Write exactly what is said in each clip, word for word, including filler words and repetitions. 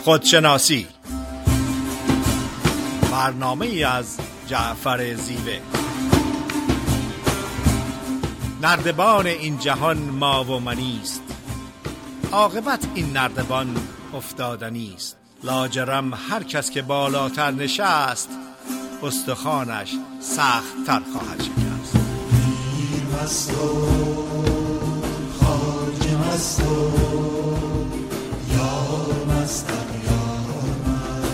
خودشناسی، برنامه ای از جعفر زیوه. نردبان این جهان ما و منیست، عاقبت این نردبان افتادنی است. لاجرم هر کس که بالاتر نشست، استخوانش سخت تر خواهد شکست. پیر مست و خواجه مست و یار مستم یار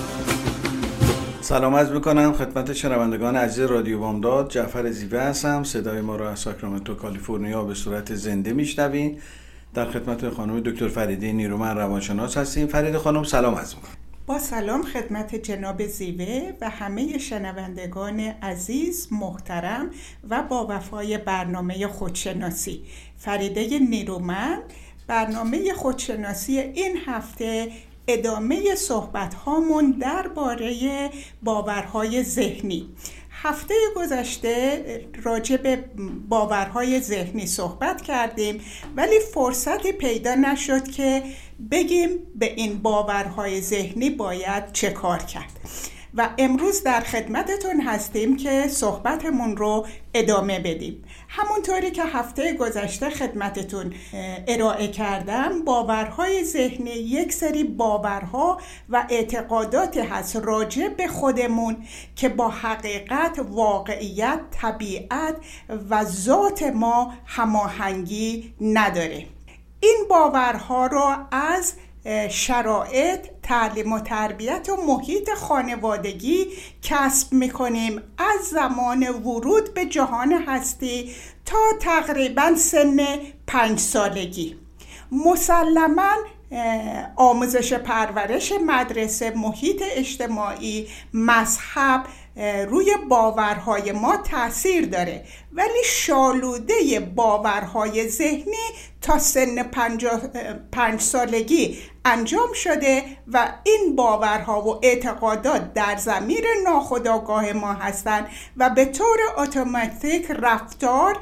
من. سلام عرض میکنم خدمت شنوندگان عزیز رادیو بامداد. جعفر زیوه هستم. صدای ما را از ساکرامنتو کالیفرنیا به صورت زنده میشنوین. در خدمت خانم دکتر فریده نیرومند روانشناس هستیم. فریده خانم سلام عرض میکنم. با سلام خدمت جناب زیوه و همه شنوندگان عزیز محترم و با وفای برنامه خودشناسی. فریده نیرومند. برنامه خودشناسی این هفته ادامه صحبت هامون درباره باورهای ذهنی. هفته گذشته راجع به باورهای ذهنی صحبت کردیم، ولی فرصتی پیدا نشد که بگیم به این باورهای ذهنی باید چه کار کرد و امروز در خدمتتون هستیم که صحبتمون رو ادامه بدیم. همونطوری که هفته گذشته خدمتتون ارائه کردم، باورهای ذهنی یک سری باورها و اعتقاداتی هست راجع به خودمون که با حقیقت، واقعیت، طبیعت و ذات ما هماهنگی نداره. این باورها رو از شرایط، تعلیم و تربیت و محیط خانوادگی کسب میکنیم از زمان ورود به جهان هستی تا تقریبا سن پنج سالگی. مسلماً آموزش پرورش مدرسه، محیط اجتماعی، مذهب روی باورهای ما تأثیر داره، ولی شالوده باورهای ذهنی تا سن پنج سالگی انجام شده و این باورها و اعتقادات در ضمیر ناخودآگاه ما هستند و به طور اتوماتیک رفتار،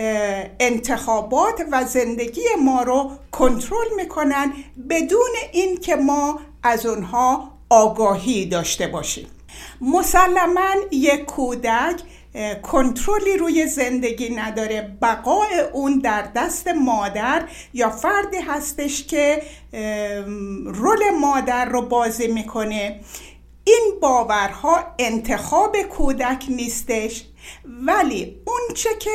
انتخابات و زندگی ما رو کنترل میکنن بدون این که ما از اونها آگاهی داشته باشیم. مسلماً یک کودک کنترلی روی زندگی نداره. بقای اون در دست مادر یا فردی هستش که رول مادر رو بازی میکنه. این باورها انتخاب کودک نیستش، ولی اون چه که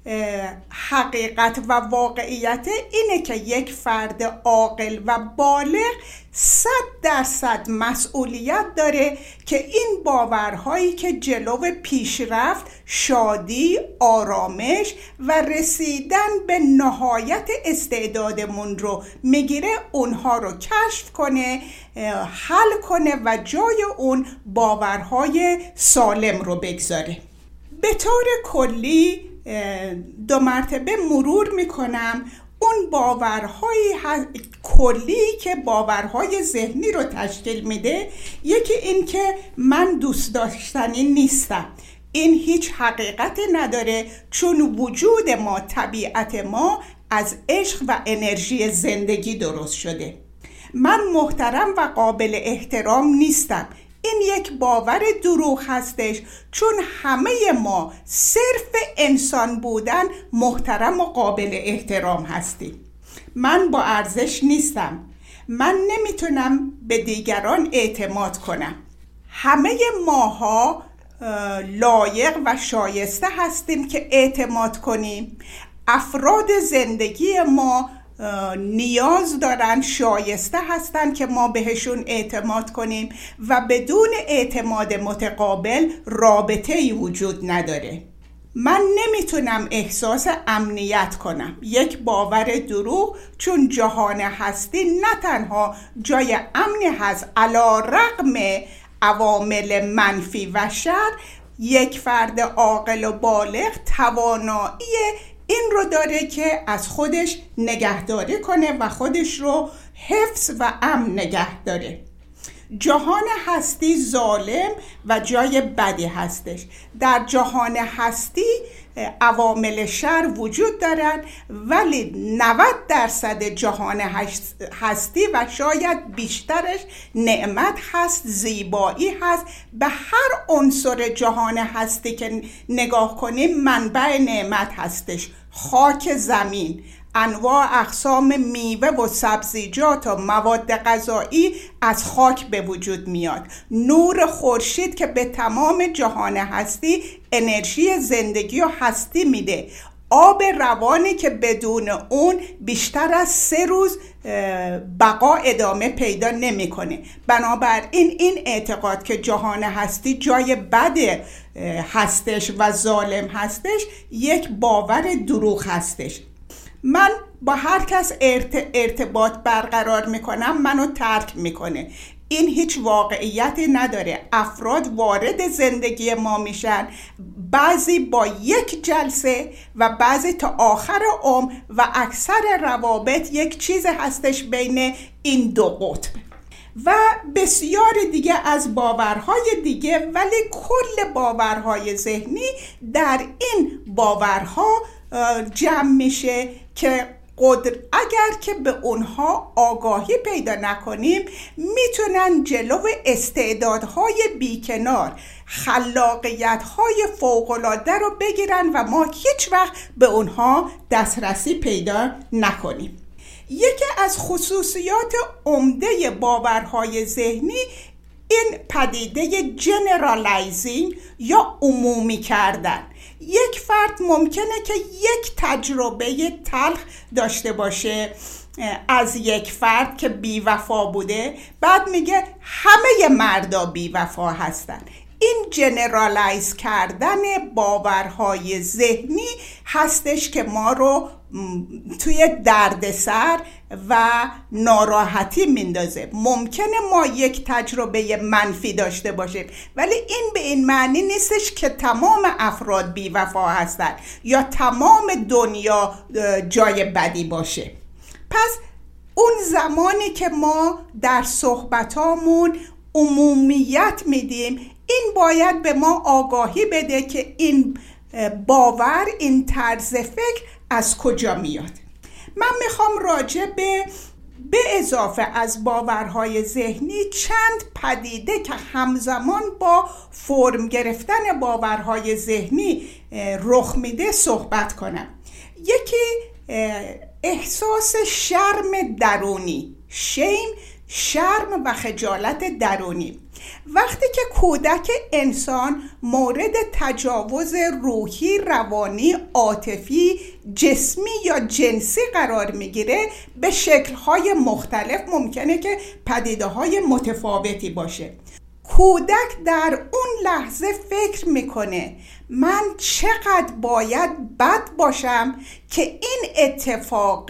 حقیقت و واقعیت اینه که یک فرد عاقل و بالغ صد درصد مسئولیت داره که این باورهایی که جلو پیشرفت، شادی، آرامش و رسیدن به نهایت استعدادمون رو میگیره اونها رو کشف کنه، حل کنه و جای اون باورهای سالم رو بگذاره. به طور کلی دو مرتبه مرور میکنم اون باورهای کلی که باورهای ذهنی رو تشکیل میده. یکی این که من دوست داشتنی نیستم. این هیچ حقیقتی نداره، چون وجود ما، طبیعت ما از عشق و انرژی زندگی درست شده. من محترم و قابل احترام نیستم. این یک باور دروغ هستش، چون همه ما صرف انسان بودن محترم و قابل احترام هستیم. من با ارزش نیستم. من نمیتونم به دیگران اعتماد کنم. همه ماها لایق و شایسته هستیم که اعتماد کنیم. افراد زندگی ما نیاز دارن، شایسته هستن که ما بهشون اعتماد کنیم و بدون اعتماد متقابل رابطه‌ای وجود نداره. من نمیتونم احساس امنیت کنم. یک باور دروغ، چون جهان هستی نه تنها جای امنی هست، علی رغم عوامل منفی و شر، یک فرد عاقل و بالغ توانایی این رو داره که از خودش نگهداری کنه و خودش رو حفظ و امن نگه داره. جهان هستی ظالم و جای بدی هستش. در جهان هستی عوامل شر وجود دارند، ولی نود درصد جهان هستی و شاید بیشترش نعمت هست، زیبایی هست. به هر عنصر جهان هستی که نگاه کنیم منبع نعمت هستش. خاک زمین، انواع اقسام میوه و سبزیجات و مواد غذایی از خاک به وجود میاد. نور خورشید که به تمام جهان هستی انرژی زندگی و هستی میده. آب روانی که بدون اون بیشتر از سه روز بقا ادامه پیدا نمیکنه. بنابراین این اعتقاد که جهان هستی جای بد هستش و ظالم هستش یک باور دروغ هستش. من با هر کس ارتباط برقرار میکنم منو ترک میکنه. این هیچ واقعیتی نداره. افراد وارد زندگی ما میشن، بعضی با یک جلسه و بعضی تا آخر عمر، و اکثر روابط یک چیز هستش بین این دو قطب و بسیار دیگه از باورهای دیگه. ولی کل باورهای ذهنی در این باورها جمع میشه که قدر اگر که به اونها آگاهی پیدا نکنیم میتونن جلو استعدادهای بیکنار، خلاقیت‌های فوق‌العاده رو بگیرن و ما هیچ وقت به اونها دسترسی پیدا نکنیم. یکی از خصوصیات عمده باورهای ذهنی این پدیده جنرالایزینگ یا عمومی کردن. یک فرد ممکنه که یک تجربه تلخ داشته باشه از یک فرد که بی‌وفا بوده، بعد میگه همه مردا بی‌وفا هستن. این جنرالایز کردن باورهای ذهنی هستش که ما رو توی دردسر و ناراحتی میندازه. ممکنه ما یک تجربه منفی داشته باشیم، ولی این به این معنی نیستش که تمام افراد بی‌وفا هستن یا تمام دنیا جای بدی باشه. پس اون زمانی که ما در صحبتامون عمومیت میدیم، این باید به ما آگاهی بده که این باور، این طرز فکر از کجا میاد. من میخوام راجع به به اضافه از باورهای ذهنی چند پدیده که همزمان با فرم گرفتن باورهای ذهنی رخ میده صحبت کنم. یکی احساس شرم درونی، شیم، شرم و خجالت درونی. وقتی که کودک انسان مورد تجاوز روحی، روانی، عاطفی، جسمی یا جنسی قرار میگیره، به شکل‌های مختلف ممکنه که پدیده‌های متفاوتی باشه. کودک در اون لحظه فکر میکنه من چقدر باید بد باشم که این اتفاق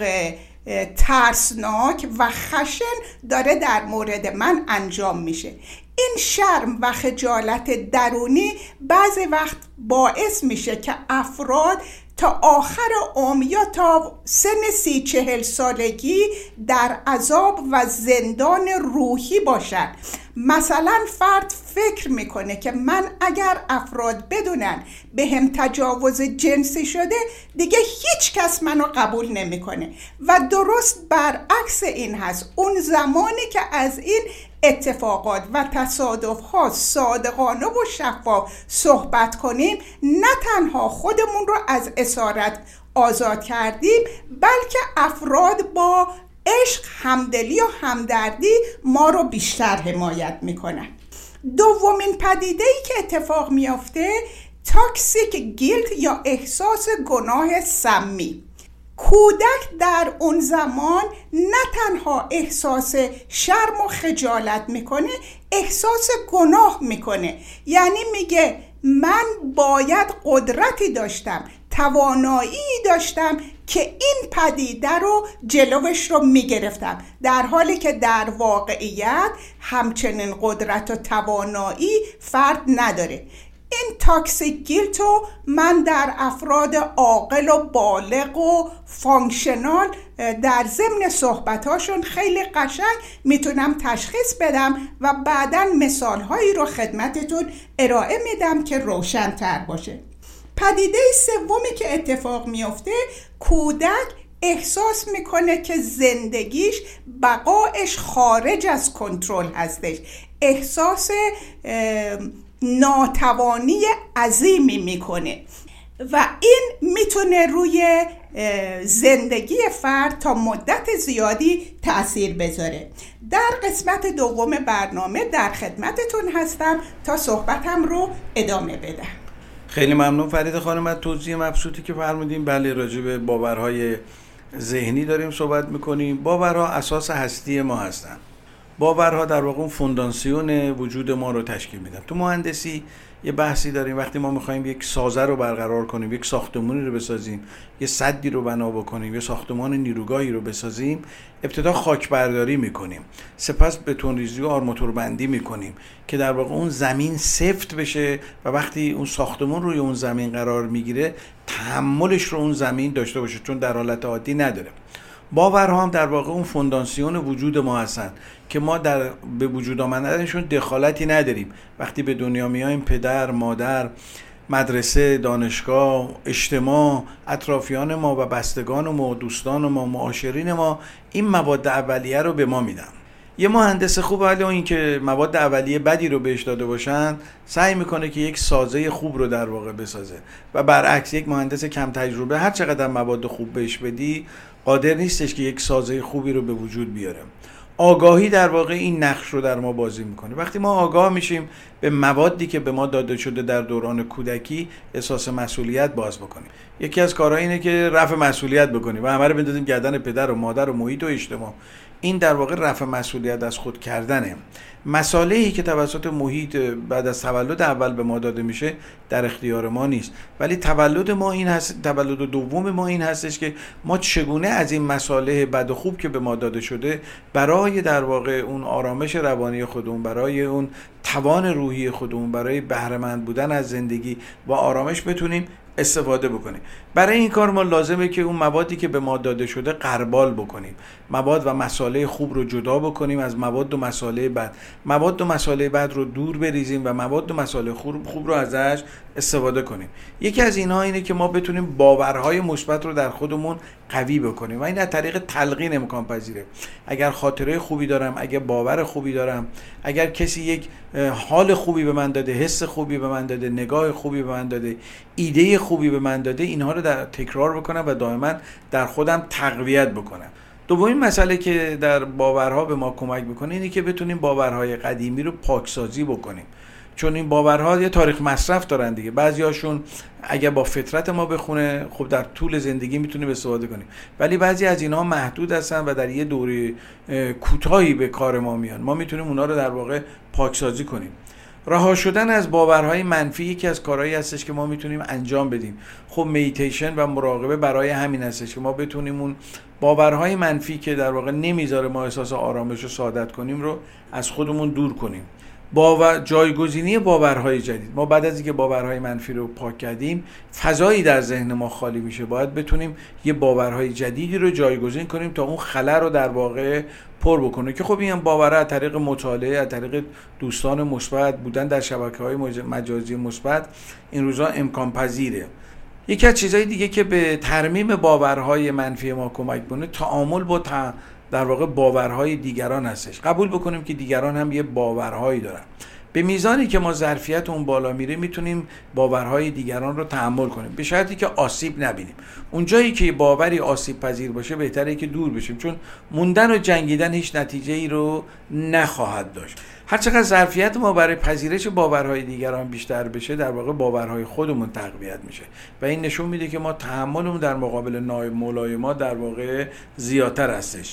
ترسناک و خشن داره در مورد من انجام میشه. این شرم و خجالت درونی بعضی وقت باعث میشه که افراد تا آخر عمر یا تا سن سی چهل سالگی در عذاب و زندان روحی باشد. مثلا فرد فکر میکنه که من اگر افراد بدونن به هم تجاوز جنسی شده دیگه هیچ کس منو قبول نمیکنه و درست برعکس این هست. اون زمانی که از این اتفاقات و تصادف‌ها صادقانه و شفاف صحبت کنیم، نه تنها خودمون رو از اسارت آزاد کردیم، بلکه افراد با عشق، همدلی و همدردی ما رو بیشتر حمایت میکنن. دومین پدیده‌ای که اتفاق میافته تاکسیک گیلت یا احساس گناه سمی. کودک در اون زمان نه تنها احساس شرم و خجالت میکنه، احساس گناه میکنه. یعنی میگه من باید قدرتی داشتم، توانایی داشتم که این پدیده رو جلوش رو میگرفتم، در حالی که در واقعیت همچنین قدرت و توانایی فرد نداره. این تاکسیک گیلت رو من در افراد عاقل و بالغ و فانکشنال در ضمن صحبتاشون خیلی قشنگ میتونم تشخیص بدم و بعداً مثالهایی رو خدمتتون ارائه میدم که روشن تر باشه. پدیده سومی که اتفاق میفته، کودک احساس میکنه که زندگیش، بقایش خارج از کنترل هستش، احساس ناتوانی عظیمی میکنه و این میتونه روی زندگی فرد تا مدت زیادی تأثیر بذاره. در قسمت دوم برنامه در خدمتتون هستم تا صحبتم رو ادامه بدم. خیلی ممنون فرید خانم از توضیح مبسوطی که فرمودیم. بله، راجع به باورهای ذهنی داریم صحبت میکنیم. باورها اساس هستی ما هستن. باورها در واقع فونداسیون وجود ما رو تشکیل میدن. تو مهندسی یه بحثی داریم، وقتی ما میخوایم یک سازه رو برقرار کنیم، یک ساختمانی رو بسازیم، یه سدی رو بنا بکنیم، یه ساختمان نیروگاهی رو بسازیم، ابتدا خاک برداری میکنیم، سپس بتون ریزی و آرماتور بندی میکنیم که در واقع اون زمین سفت بشه و وقتی اون ساختمان روی اون زمین قرار میگیره تحملش رو اون زمین داشته باشه، چون در حالت عادی نداره. باورها هم در واقع اون فونداسیون وجود ما هستن که ما در به وجود آمدنشون دخالتی نداریم. وقتی به دنیا میایم پدر، مادر، مدرسه، دانشگاه، اجتماع، اطرافیان ما و بستگان ما، دوستان ما، معاشرین ما این مواد اولیه رو به ما میدن. یه مهندس خوب، ولی این که مواد اولیه بدی رو بهش داده باشن، سعی میکنه که یک سازه خوب رو در واقع بسازه و برعکس یک مهندس کم تجربه هر چقدر مواد خوب بهش بدی قادر نیستش که یک سازه خوبی رو به وجود بیاره. آگاهی در واقع این نقش رو در ما بازی میکنه. وقتی ما آگاه میشیم به موادی که به ما داده شده در دوران کودکی، احساس مسئولیت باز بکنیم. یکی از کارها اینه که رفع مسئولیت بکنیم و همه رو بندازیم گردن پدر و مادر و محیط و اجتماع. این در واقع رفع مسئولیت از خود کردنه. مسائلی که توسط محیط بعد از تولد اول به ما داده میشه در اختیار ما نیست، ولی تولد ما این هست، تولد دوم ما این هستش که ما چگونه از این مسائل بد و خوب که به ما داده شده برای در واقع اون آرامش روانی خودمون، برای اون توان روحی خودمون، برای بهره مند بودن از زندگی و آرامش بتونیم استفاده بکنیم. برای این کار ما لازمه که اون موادی که به ما داده شده غربال بکنیم، مواد و مسائل خوب رو جدا بکنیم از مواد و مسائل بد، مواد و مسائل بد رو دور بریزیم و مواد و مسائل خوب خوب رو ازش استفاده کنیم. یکی از اینها اینه که ما بتونیم باورهای مثبت رو در خودمون قوی بکنیم و این از طریق تلقین امکان پذیره. اگر خاطره خوبی دارم، اگر باور خوبی دارم، اگر کسی یک حال خوبی به من داده، حس خوبی به من داده، نگاه خوبی به من داده، ایده خوبی به من داده، اینها رو در تکرار بکنم و دائما در خودم تقویت بکنم. دومین مسئله که در باورها به ما کمک میکنه اینه که بتونیم باورهای قدیمی رو پاکسازی بکنیم، چون این باورها یه تاریخ مصرف دارن دیگه. بعضیاشون اگه با فطرت ما بخونه خب در طول زندگی میتونیم استفاده کنیم، ولی بعضی از اینها محدود هستن و در یه دوره کوتاهی به کار ما میان. ما میتونیم اونا رو در واقع پاکسازی کنیم. رها شدن از باورهای منفی یکی از کارهایی هستش که ما میتونیم انجام بدیم. خب مدیتیشن و مراقبه برای همین هستش که ما بتونیم اون باورهای منفی که در واقع نمیذاره ما احساس آرامش و سعادت کنیم رو از خودمون دور کنیم. باور جایگزینی باورهای جدید. ما بعد از اینکه باورهای منفی رو پاک کردیم، فضایی در ذهن ما خالی میشه. باید بتونیم یه باورهای جدیدی رو جایگزین کنیم تا اون خلا رو در واقع پر بکنه، که خب این باورها از طریق مطالعه، از طریق دوستان مثبت بودن در شبکه‌های مجازی مثبت این روزا امکان پذیره. یکی از چیزهای دیگه که به ترمیم باورهای منفی ما کمک کنه، تعامل با تا در واقع باورهای دیگران هستش. قبول بکنیم که دیگران هم یه باورهایی دارن. به میزانی که ما ظرفیت اون بالا میره میتونیم باورهای دیگران رو تحمل کنیم، به شرطی که آسیب نبینیم. اون جایی که باوری آسیب پذیر باشه بهتره که دور بشیم، چون موندن و جنگیدن هیچ نتیجه‌ای رو نخواهد داشت. هر چقدر ظرفیت ما برای پذیرش باورهای دیگران بیشتر بشه، در واقع باورهای خودمون تقویت میشه و این نشون میده که ما تحملمون در مقابل نایب مولای ما در واقع زیادتر هستش.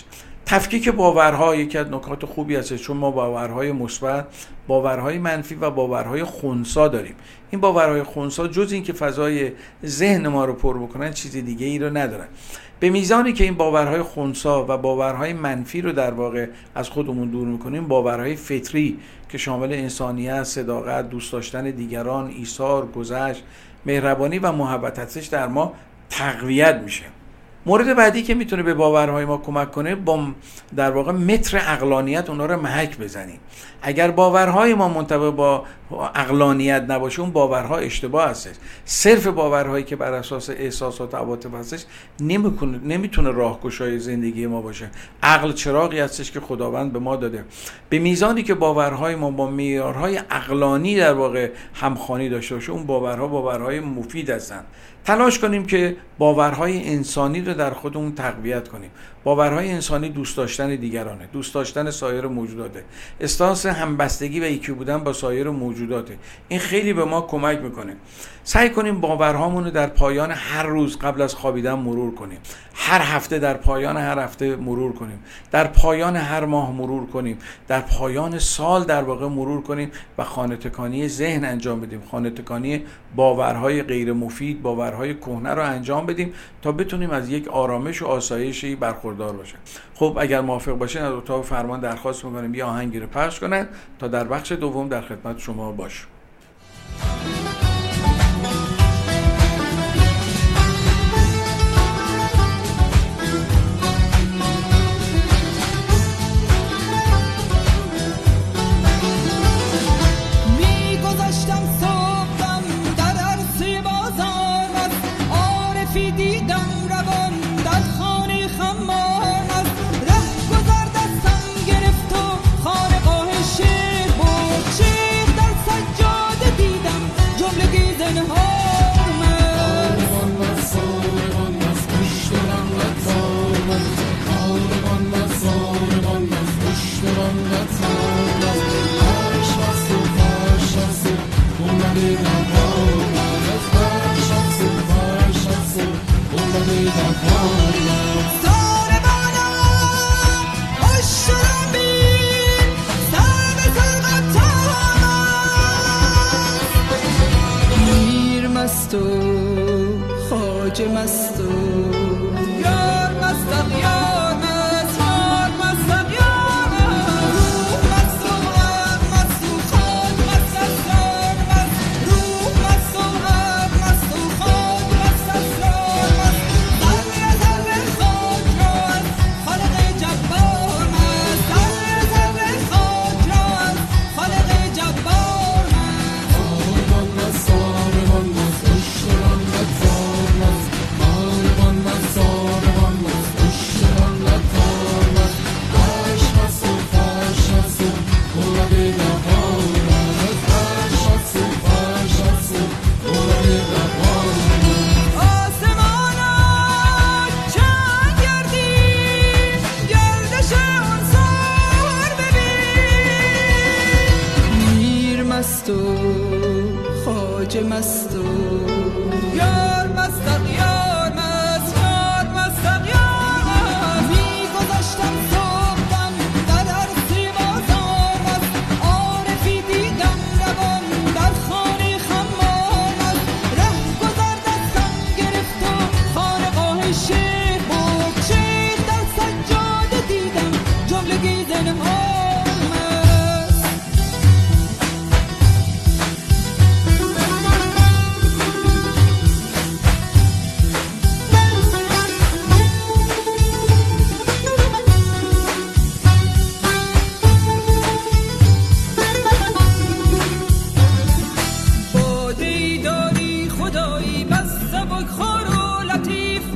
تفکیک باورها یکی از نکات خوبی است، چون ما باورهای مثبت، باورهای منفی و باورهای خنثی داریم. این باورهای خنثی جز این که فضای ذهن ما رو پر بکنن چیز دیگه ای رو ندارن. به میزانی که این باورهای خنثی و باورهای منفی رو در واقع از خودمون دور میکنیم، باورهای فطری که شامل انسانیت، صداقت، دوست داشتن دیگران، ایثار، گذشت، مهربانی و محبت هستش در ما تقویت میشه. مورد بعدی که میتونه به باورهای ما کمک کنه، با در واقع متر عقلانیت اونا رو محک بزنیم. اگر باورهای ما منطبق با عقلانیت نباشه، اون باورها اشتباه هستش. صرف باورهایی که بر اساس احساسات و عواطف هستش نمیتونه نمیتونه راهگشای زندگی ما باشه. عقل چراغی هستش که خداوند به ما داده. به میزانی که باورهای ما با معیارهای عقلانی در واقع همخوانی داشته باشه، اون باورها باورهای مفید هستند. تلاش کنیم که باورهای انسانی رو در خودمون تقویت کنیم. باورهای انسانی دوست داشتن دیگرانه، دوست داشتن سایر موجوداته، احساس همبستگی و یکی بودن با سایر موجوداته. این خیلی به ما کمک میکنه. سعی کنیم باورهامون رو در پایان هر روز قبل از خوابیدن مرور کنیم. هر هفته در پایان هر هفته مرور کنیم. در پایان هر ماه مرور کنیم. در پایان سال در واقع مرور کنیم و خانه تکانی ذهن انجام بدیم. خانه تکانی باورهای غیر مفید، باورهای کهنه رو انجام بدیم تا بتونیم از یک آرامش و آسایشی برخوردار باشیم. خب اگر موافق باشین از اتاق فرمان درخواست می‌کنیم یه آهنگی رو پخش کنن تا در بخش دوم در خدمت شما باشیم.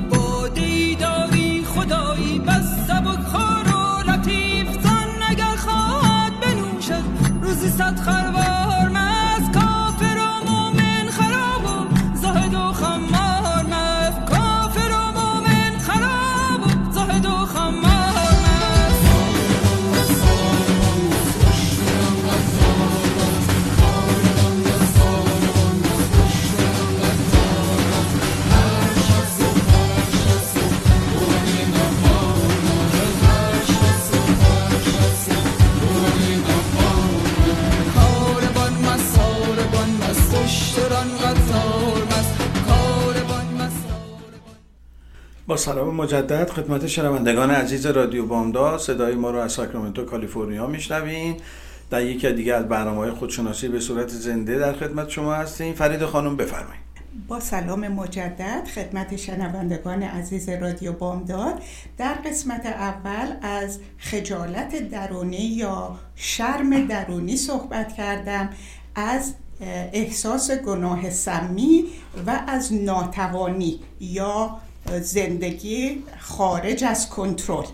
خدایی بس سبک خور و لطیف زن اگر با سلام مجدد خدمت شنوندگان عزیز رادیو بامداد، صدای ما رو از ساکرامنتو کالیفرنیا میشنوین. در یکی دیگه از برنامه‌های خودشناسی به صورت زنده در خدمت شما هستیم. فرید خانم بفرمایید. با سلام مجدد خدمت شنوندگان عزیز رادیو بامداد. در قسمت اول از خجالت درونی یا شرم درونی صحبت کردم، از احساس گناه سمی و از ناتوانی یا زندگی خارج از کنترل.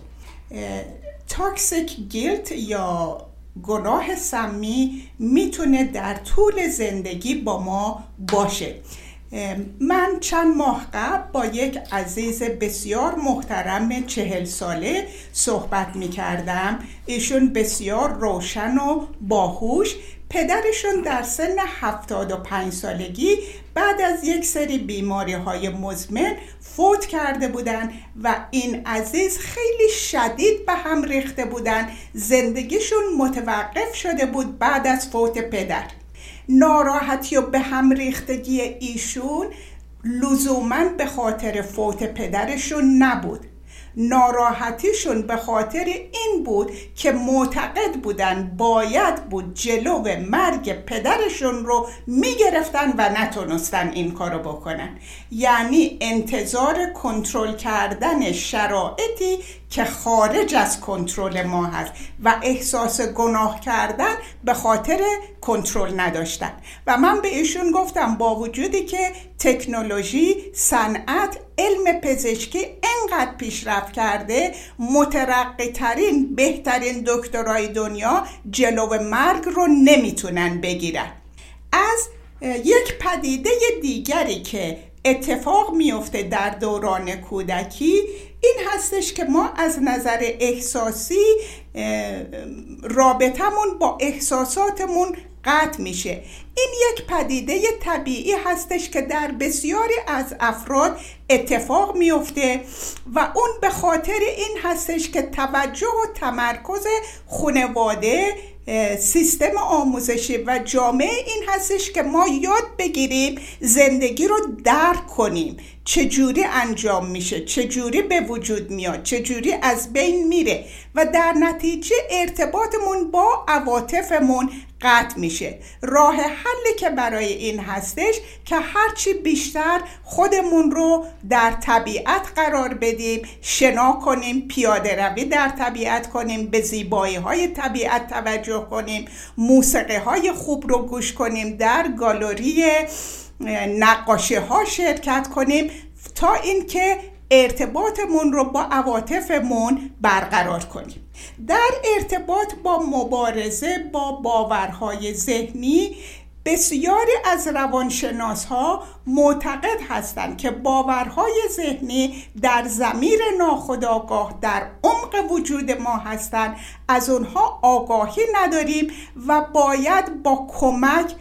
تاکسیک گیلت یا گناه سمی میتونه در طول زندگی با ما باشه. من چند ماه قبل با یک عزیز بسیار محترم چهل ساله صحبت میکردم. ایشون بسیار روشن و باهوش، پدرشون در سن هفتاد و پنج سالگی بعد از یک سری بیماری های مزمن فوت کرده بودن و این عزیز خیلی شدید به هم ریخته بودن. زندگیشون متوقف شده بود بعد از فوت پدر. ناراحتی و به هم ریختگی ایشون لزوماً به خاطر فوت پدرشون نبود. ناراحتیشون به خاطر این بود که معتقد بودن باید بود جلو مرگ پدرشون رو میگرفتن و نتونستن این کارو بکنن. یعنی انتظار کنترل کردن شرایطی که خارج از کنترل ما هست و احساس گناه کردن به خاطر کنترل نداشتن. و من به ایشون گفتم با وجودی که تکنولوژی، صنعت، علم پزشکی انقدر پیشرفت کرده، مترقی ترین بهترین دکترای دنیا جلو مرگ رو نمیتونن بگیرن. از یک پدیده دیگری که اتفاق میفته در دوران کودکی این هستش که ما از نظر احساسی رابطمون با احساساتمون قطع میشه. این یک پدیده طبیعی هستش که در بسیاری از افراد اتفاق میفته و اون به خاطر این هستش که توجه و تمرکز خانواده، سیستم آموزشی و جامعه این هستش که ما یاد بگیریم زندگی رو درک کنیم، چجوری انجام میشه، چجوری به وجود میاد، چجوری از بین میره و در نتیجه ارتباطمون با عواطفمون قطع میشه. راه حلی که برای این هستش که هرچی بیشتر خودمون رو در طبیعت قرار بدیم، شنا کنیم، پیاده روی در طبیعت کنیم، به زیبایی های طبیعت توجه کنیم، موسیقی های خوب رو گوش کنیم، در گالری نقاشی ها شرکت کنیم تا اینکه ارتباطمون رو با عواطفمون برقرار کنیم. در ارتباط با مبارزه با باورهای ذهنی، بسیاری از روانشناس‌ها معتقد هستند که باورهای ذهنی در ضمیر ناخودآگاه در عمق وجود ما هستند. از اونها آگاهی نداریم و باید با کمک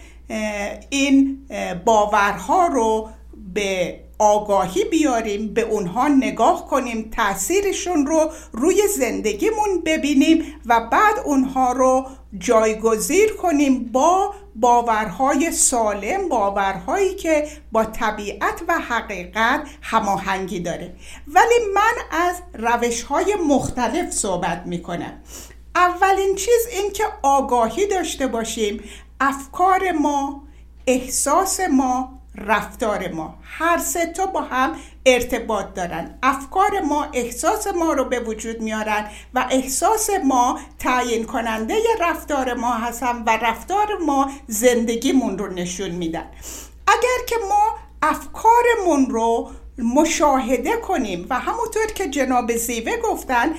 این باورها رو به آگاهی بیاریم، به اونها نگاه کنیم، تأثیرشون رو روی زندگیمون ببینیم و بعد اونها رو جایگزین کنیم با باورهای سالم، باورهایی که با طبیعت و حقیقت هماهنگی داره. ولی من از روش‌های مختلف صحبت میکنم. اولین چیز این که آگاهی داشته باشیم افکار ما، احساس ما، رفتار ما، هر سه تا با هم ارتباط دارن. افکار ما احساس ما رو به وجود میارن و احساس ما تعیین کننده رفتار ما هستن و رفتار ما زندگیمون رو نشون میدن. اگر که ما افکارمون رو مشاهده کنیم و همونطور که جناب زیوه گفتن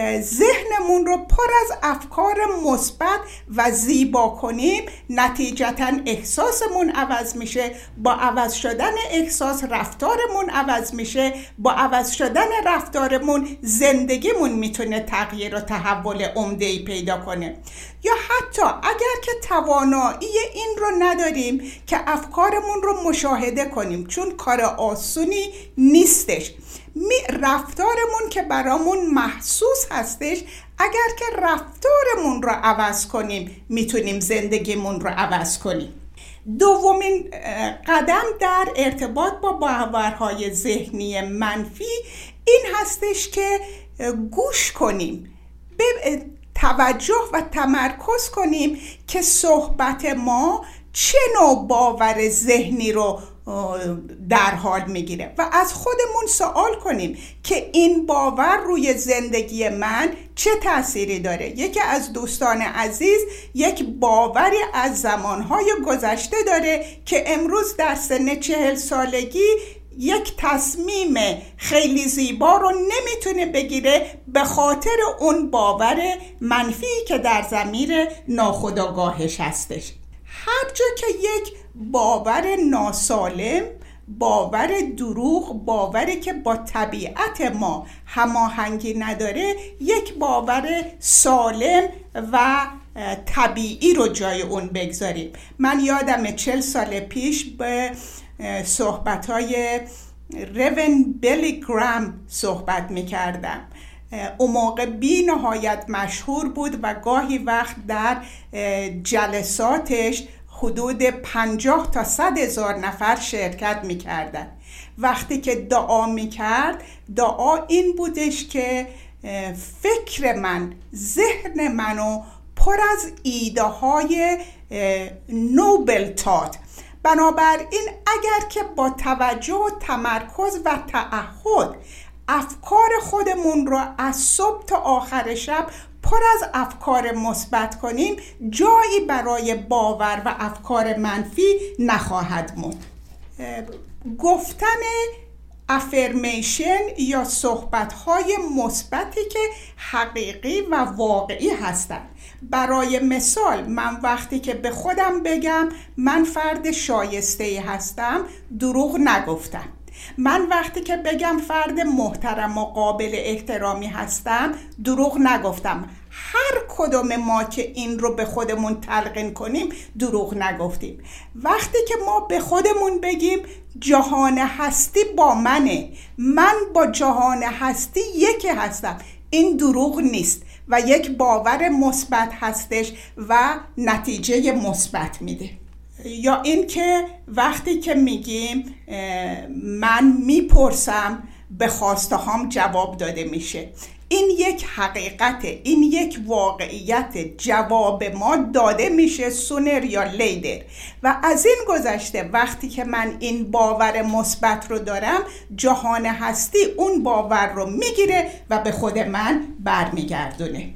ذهنمون رو پر از افکار مثبت و زیبا کنیم، نتیجتاً احساسمون عوض میشه. با عوض شدن احساس رفتارمون عوض میشه. با عوض شدن رفتارمون زندگیمون میتونه تغییر و تحول عمده‌ای پیدا کنه. یا حتی اگر که توانایی این رو نداریم که افکارمون رو مشاهده کنیم، چون کار آسونی نیستش، می رفتارمون که برامون محسوس هستش، اگر که رفتارمون رو عوض کنیم میتونیم زندگیمون رو عوض کنیم. دومین قدم در ارتباط با باورهای ذهنی منفی این هستش که گوش کنیم، به توجه و تمرکز کنیم که صحبت ما چه نوع باور ذهنی رو در حال میگیره و از خودمون سوال کنیم که این باور روی زندگی من چه تأثیری داره. یکی از دوستان عزیز یک باوری از زمانهای گذشته داره که امروز در سن چهل سالگی یک تصمیم خیلی زیبا رو نمیتونه بگیره به خاطر اون باور منفی که در ضمیر ناخودآگاهش هستش. هر جا که یک باور ناسالم، باور دروغ، باوری که با طبیعت ما هماهنگی نداره، یک باور سالم و طبیعی رو جای اون بگذاریم. من یادم چل سال پیش به صحبت‌های رون بیلی گرام صحبت می‌کردم. اون موقع بی نهایت مشهور بود و گاهی وقت در جلساتش حدود پنجاه تا صد هزار نفر شرکت می‌کردن. وقتی که دعا می‌کرد، دعا این بودش که فکر من، ذهن منو پر از ایده های نوبل تات. بنابراین اگر که با توجه و تمرکز و تعهد افکار خودمون رو از صبح تا آخر شب پر از افکار مثبت کنیم، جایی برای باور و افکار منفی نخواهد موند. گفتن افرمیشن یا صحبت‌های مثبتی که حقیقی و واقعی هستند. برای مثال من وقتی که به خودم بگم من فرد شایسته‌ای هستم، دروغ نگفتم. من وقتی که بگم فرد محترم و قابل احترامی هستم، دروغ نگفتم. هر کدوم ما که این رو به خودمون تلقین کنیم، دروغ نگفتیم. وقتی که ما به خودمون بگیم جهان هستی با منه، من با جهان هستی یکی هستم، این دروغ نیست و یک باور مثبت هستش و نتیجه مثبت میده. یا این که وقتی که میگیم من میپرسم به خواسته هام جواب داده میشه، این یک حقیقته، این یک واقعیت، جواب ما داده میشه سونر یا لیدر. و از این گذشته وقتی که من این باور مثبت رو دارم، جهان هستی اون باور رو میگیره و به خود من برمیگردونه.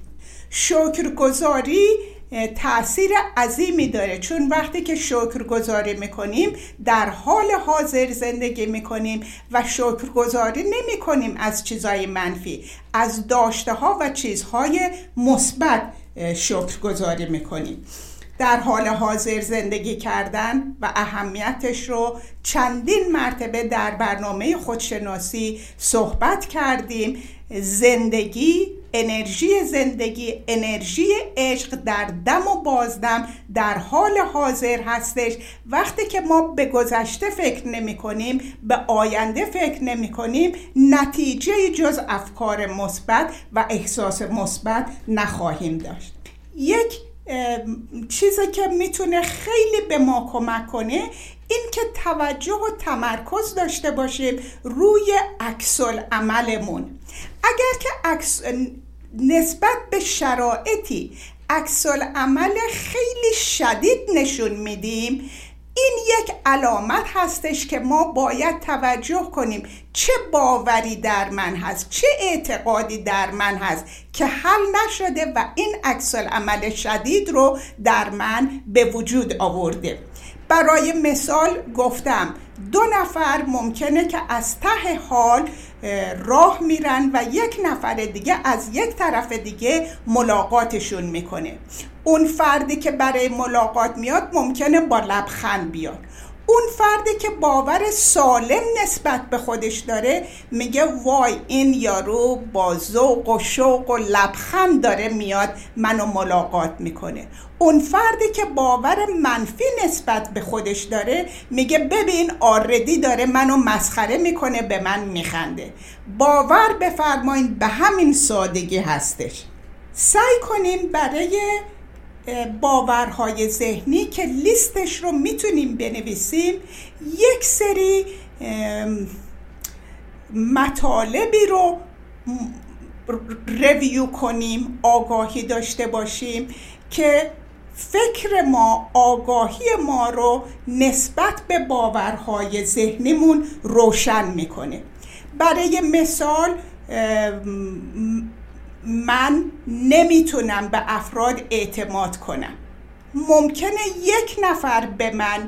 شکرگزاری تأثیر عظیمی داره، چون وقتی که شکرگزاری میکنیم در حال حاضر زندگی میکنیم و شکرگزاری نمیکنیم از چیزهای منفی، از داشته ها و چیزهای مثبت شکرگزاری میکنیم. در حال حاضر زندگی کردن و اهمیتش رو چندین مرتبه در برنامه خودشناسی صحبت کردیم. زندگی، انرژی زندگی، انرژی عشق در دم و بازدم در حال حاضر هستش. وقتی که ما به گذشته فکر نمی کنیم، به آینده فکر نمی کنیم، نتیجه جز افکار مثبت و احساس مثبت نخواهیم داشت. یک چیزی که میتونه خیلی به ما کمک کنه این که توجه و تمرکز داشته باشیم روی عکس‌العملمون. اگر که عکس نسبت به شرایطی عکس‌العمل خیلی شدید نشون میدیم، این یک علامت هستش که ما باید توجه کنیم چه باوری در من هست، چه اعتقادی در من هست که حل نشده و این عکس‌العمل شدید رو در من به وجود آورده. برای مثال گفتم دو نفر ممکنه که از ته حال راه میرن و یک نفر دیگه از یک طرف دیگه ملاقاتشون میکنه. اون فردی که برای ملاقات میاد ممکنه با لبخند بیاد. اون فردی که باور سالم نسبت به خودش داره میگه وای این یارو با ذوق و شوق و لبخند داره میاد منو ملاقات میکنه. اون فردی که باور منفی نسبت به خودش داره میگه ببین آردی داره منو مسخره میکنه، به من میخنده. باور بفرمایید به همین سادگی هستش. سعی کنیم برای باورهای ذهنی که لیستش رو میتونیم بنویسیم یک سری مطالبی رو ریویو کنیم، آگاهی داشته باشیم که فکر ما، آگاهی ما رو نسبت به باورهای ذهنیمون روشن میکنه. برای مثال من نمیتونم به افراد اعتماد کنم. ممکنه یک نفر به من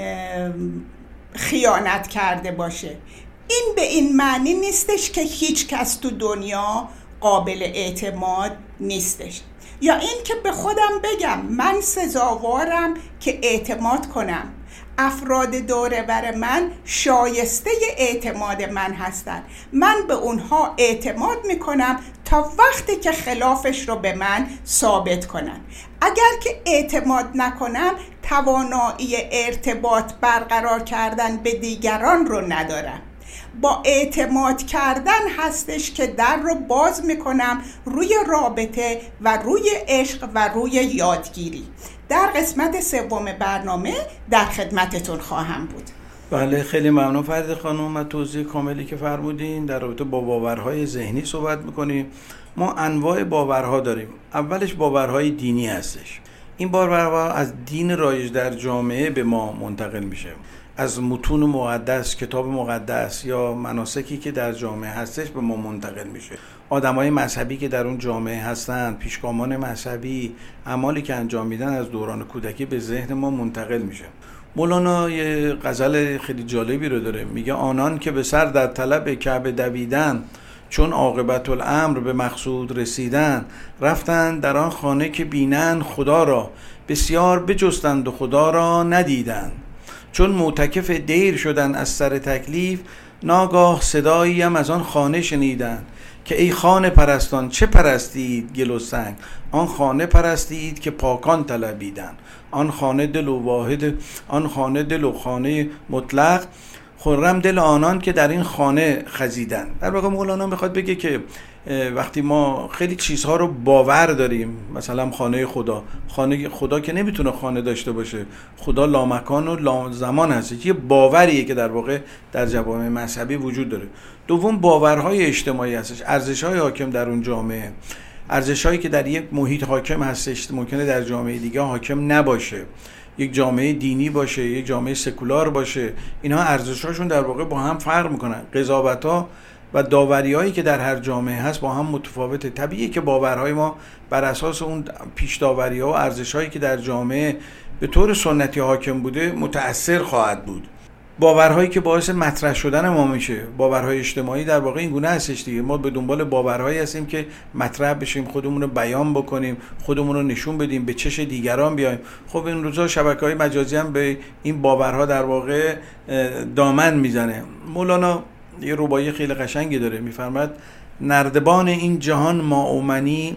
خیانت کرده باشه. این به این معنی نیستش که هیچ کس تو دنیا قابل اعتماد نیستش. یا این که به خودم بگم من سزاوارم که اعتماد کنم، افراد دور بر من شایسته اعتماد من هستن، من به اونها اعتماد میکنم تا وقتی که خلافش رو به من ثابت کنن. اگر که اعتماد نکنم توانایی ارتباط برقرار کردن به دیگران رو ندارم. با اعتماد کردن هستش که در رو باز میکنم روی رابطه و روی عشق و روی یادگیری. در قسمت سوم برنامه در خدمتتون خواهم بود. بله، خیلی ممنون فرید خانم از توضیح کاملی که فرمودین. در رابطه با باورهای ذهنی صحبت میکنیم. ما انواع باورها داریم. اولش باورهای دینی هستش. این باورها از دین رایج در جامعه به ما منتقل میشه، از متون مقدس، کتاب مقدس یا مناسکی که در جامعه هستش به ما منتقل میشه. آدمای مذهبی که در اون جامعه هستن، پیشگامان مذهبی، اعمالی که انجام میدن از دوران کودکی به ذهن ما منتقل میشه. مولانا یه غزل خیلی جالبی رو داره، میگه آنان که به سر در طلب کعبه دویدن، چون عاقبت الامر به مقصود رسیدن، رفتند در آن خانه که بینن خدا را، بسیار بجستند و خدا را ندیدند. چون معتکف دیر شدن از سر تکلیف، ناگاه صدایی هم از آن خانه شنیدند که ای خانه پرستان چه پرستید گل و سنگ، آن خانه پرستید که پاکان طلبیدند. آن خانه دل و واحد، آن خانه دل و خانه مطلق، خرم دل آنان که در این خانه خزیدن. در واقع مولانا میخواد بگه که وقتی ما خیلی چیزها رو باور داریم، مثلا خانه خدا، خانه خدا که نمیتونه خانه داشته باشه، خدا لامکان و لازمان هست، یه باوریه که در واقع در جوامع مذهبی وجود داره. دوم باورهای اجتماعی هستش، ارزش‌های حاکم در اون جامعه، ارزش‌هایی که در یک محیط حاکم هستش ممکنه در جامعه دیگه حاکم نباشه، یک جامعه دینی باشه، یک جامعه سکولار باشه، اینها ارزش‌هاشون در واقع با هم فرق میکنن. قضاوت‌ها و داوری‌هایی که در هر جامعه هست با هم متفاوته. طبیعیه که باورهای ما بر اساس اون پیش داوری‌ها و ارزش‌هایی که در جامعه به طور سنتی حاکم بوده متأثر خواهد بود. باورهایی که باعث مطرح شدن ما میشه، باورهای اجتماعی در واقع این گونه هستش دیگه. ما به دنبال باورهایی هستیم که مطرح بشیم، خودمون رو بیان بکنیم، خودمون رو نشون بدیم، به چش دیگران بیایم. خب این روزا شبکه‌های مجازی هم به این باورها در واقع دامن میزنه. مولانا یه رباعی خیلی قشنگی داره، میفرماد نردبان این جهان ماومنی،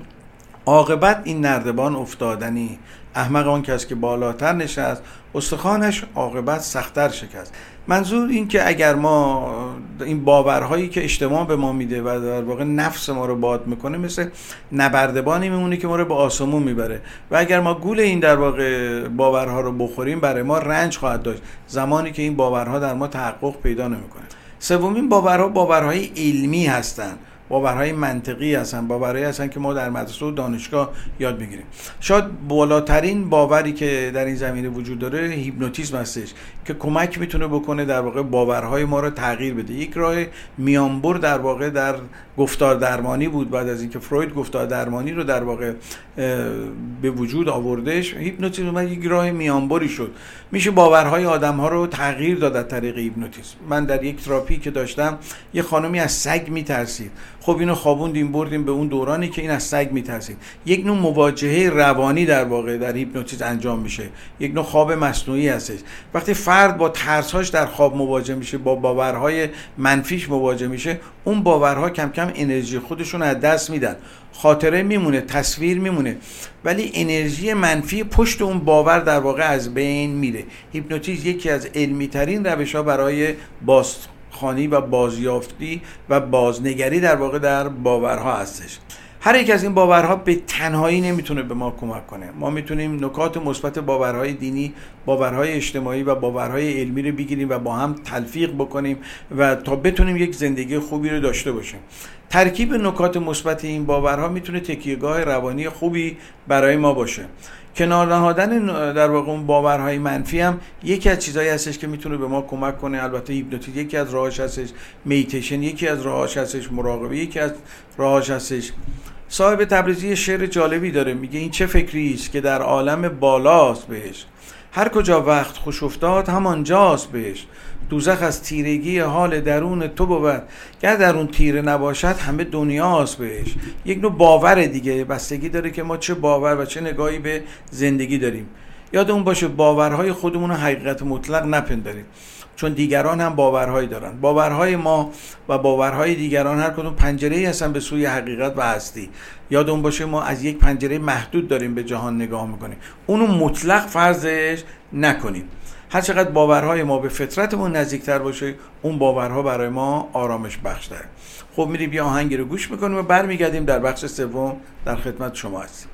عاقبت این نردبان افتادنی. احمق آن کس که بالاتر نشست، استخوانش عاقبت سخت‌تر شکست. منظور این که اگر ما این باورهایی که اجتماع به ما میده و در واقع نفس ما رو باد میکنه مثل نبردبانی میمونه که ما رو به آسمون میبره و اگر ما گول این در واقع باورها رو بخوریم برای ما رنج خواهد داشت زمانی که این باورها در ما تحقق پیدا نمیکنه. سومین باورها باورهای علمی هستند، باورهای منطقی هستن، باورهایی هستن که ما در مدرسه و دانشگاه یاد میگیریم. شاید بالاترین باوری که در این زمینه وجود داره هیپنوتیزم هستش که کمک میتونه بکنه در واقع باورهای ما رو تغییر بده. یک راه میانبر در واقع در گفتار درمانی بود. بعد از اینکه فروید گفتار درمانی رو در واقع به وجود آوردش، هیپنوتیزم اومد یک راه میانبری شد. میشه باورهای آدم‌ها رو تغییر داد از طریق هیپنوتیزم. من در یک تراپی که داشتم یه خانمی از سگ میترسید. خب اینو خوابوندیم بردیم به اون دورانی که این از سگ میترسید. یک نوع مواجهه روانی در واقع در هیپنوتیزم انجام میشه. یک نوع خواب مصنوعی هستش. وقتی فرد با ترس‌هاش در خواب مواجه میشه، با باورهای منفیش مواجه میشه، اون باورها کم کم انرژی خودشون از دست میدن. خاطره میمونه، تصویر میمونه، ولی انرژی منفی پشت اون باور در واقع از بین میره. هیپنوتیزم یکی از علمی ترین روش‌ها برای بازخوانی و بازیافتی و بازنگری در واقع در باورها هستش. هر یک از این باورها به تنهایی نمیتونه به ما کمک کنه. ما میتونیم نکات مثبت باورهای دینی، باورهای اجتماعی و باورهای علمی رو بگیریم و با هم تلفیق بکنیم و تا بتونیم یک زندگی خوبی رو داشته باشیم. ترکیب نکات مثبت این باورها میتونه تکیهگاه روانی خوبی برای ما باشه. کنار نهادن در واقع اون باورهای منفی هم یکی از چیزایی هستش که میتونه به ما کمک کنه. البته هیپنوتیزم یکی از راهاش هستش، میتیشن یکی از راهاش هستش، مراقبه یکی از راهاش هستش. صاحب تبریزی شعر جالبی داره، میگه این چه فکری است که در عالم بالاست بهش، هر کجا وقت خوش افتاد همانجاست بهش، دوزخ از تیرگی حال درون تو بود، گر در اون تیره نباشد همه دنیاست بهش. یک نوع باور دیگه، بستگی داره که ما چه باور و چه نگاهی به زندگی داریم. یادمون باشه باورهای خودمون رو حقیقت مطلق نپنداریم، چون دیگران هم باورهایی دارن. باورهای ما و باورهای دیگران هر کدوم پنجره‌ای هستن به سوی حقیقت و هستی. یادمون باشه ما از یک پنجره محدود داریم به جهان نگاه میکنیم، اونو مطلق فرضش نکنیم. هر چقدر باورهای ما به فطرتمون نزدیکتر باشه، اون باورها برای ما آرامش بخش‌تره. خب میریم یه آهنگی رو گوش میکنیم و برمیگردیم در بخش سوم در خدمت شما هستیم.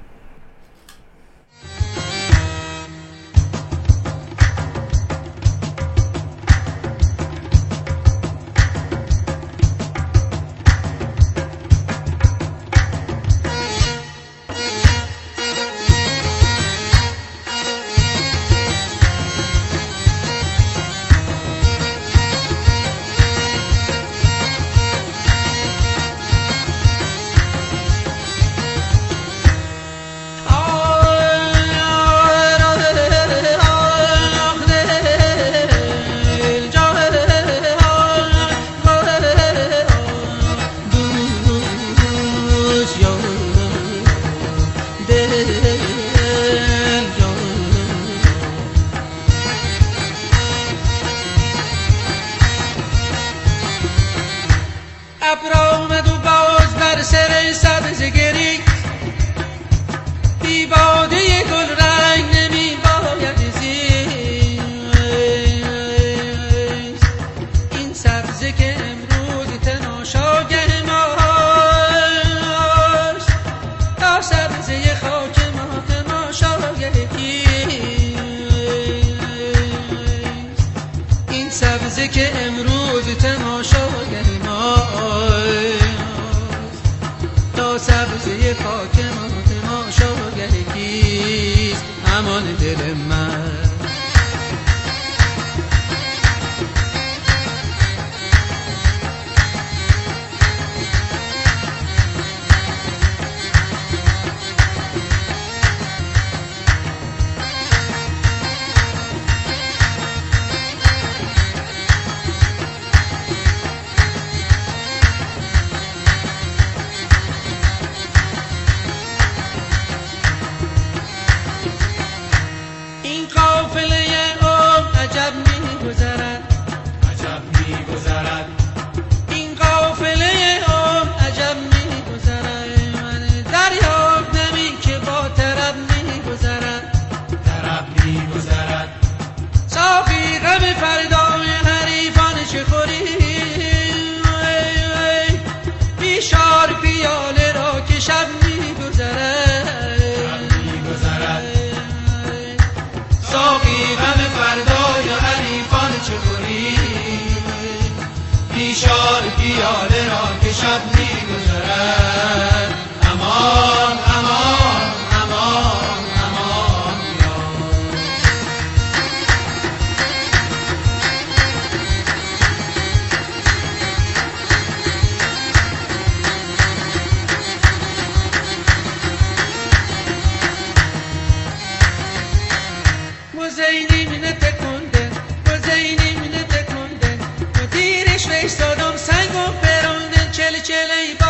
Stodom sango peronde chele chele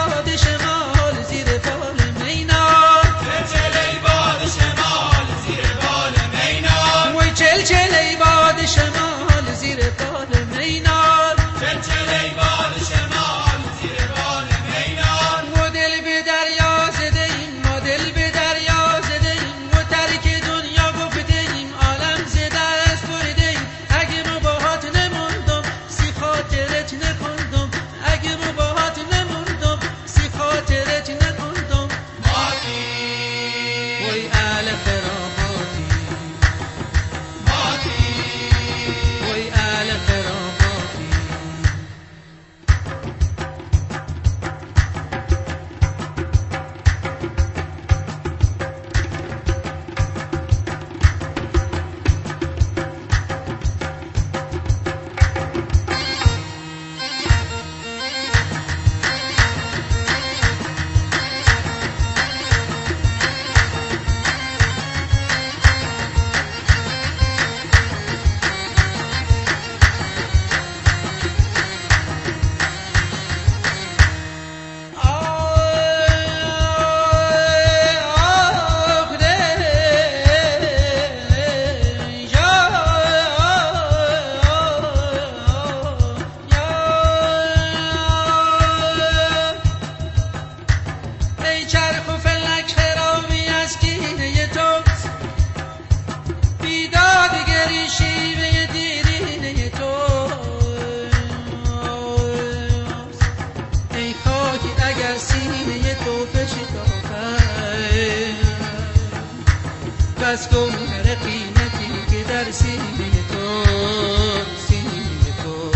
اهل خرافاتی ماتی وای اهل خرافاتی بس گوهر قیمتی که در سینه تو سینه تو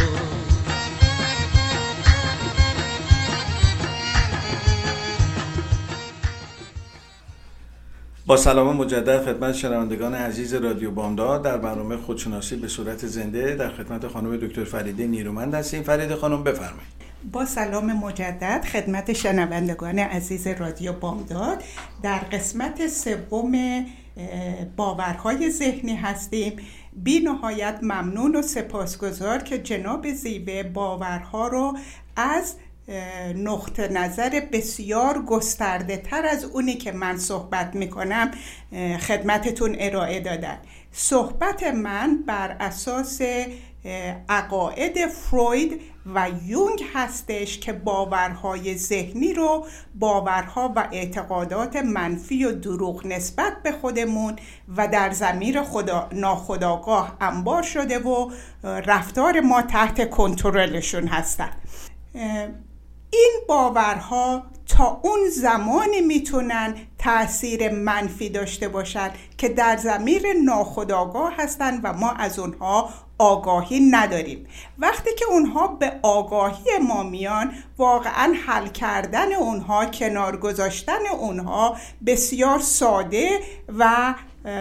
با سلام مجدد خدمت شنوندگان عزیز رادیو بامداد در برنامه خودشناسی به صورت زنده در خدمت خانم دکتر فریده نیرومند هستیم. فریده خانم بفرمایید. با سلام مجدد خدمت شنوندگان عزیز رادیو بامداد در قسمت سوم باورهای ذهنی هستیم. بی نهایت ممنون و سپاسگزار که جناب زیوه باورها رو از نقطه نظر بسیار گسترده تر از اونی که من صحبت میکنم خدمتتون ارائه دادن. صحبت من بر اساس عقاید فروید و یونگ هستش که باورهای ذهنی رو باورها و اعتقادات منفی و دروغ نسبت به خودمون و در ضمیر خدا ناخودآگاه انبار شده و رفتار ما تحت کنترلشون هستن. این باورها تا اون زمانی میتونن تأثیر منفی داشته باشن که در ضمیر ناخودآگاه هستن و ما از اونها آگاهی نداریم. وقتی که اونها به آگاهی ما میان واقعا حل کردن اونها، کنار گذاشتن اونها بسیار ساده و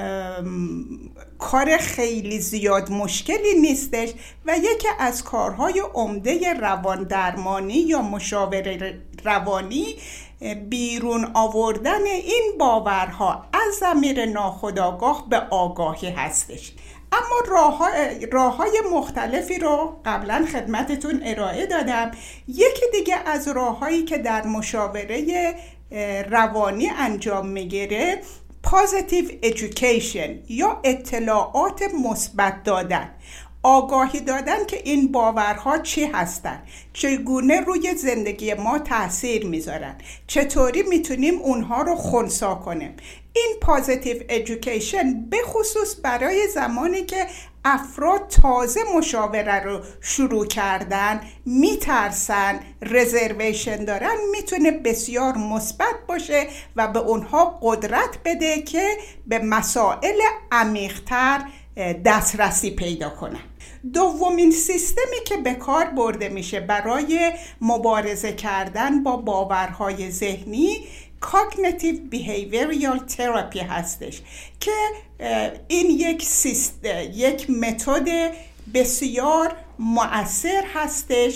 کار خیلی زیاد مشکلی نیستش و یکی از کارهای عمده روان درمانی یا مشاوره روانی بیرون آوردن این باورها از ضمیر ناخودآگاه به آگاهی هستش. اما راه های مختلفی رو قبلا خدمتتون ارائه دادم. یکی دیگه از راه هایی که در مشاوره روانی انجام میگیره positive education یا اطلاعات مثبت دادن، آگاهی دادن که این باورها چی هستن، چگونه روی زندگی ما تاثیر میذارن، چطوری میتونیم اونها رو خنثی کنیم. این پازیتیو ایژوکیشن به خصوص برای زمانی که افراد تازه مشاوره رو شروع کردن، میترسن، رزرویشن دارن، میتونه بسیار مثبت باشه و به اونها قدرت بده که به مسائل عمیق‌تر دسترسی پیدا کنن. دومین سیستمی که به کار برده میشه برای مبارزه کردن با باورهای ذهنی Cognitive Behavioral Therapy هستش که این یک سیست... یک متد بسیار مؤثر هستش،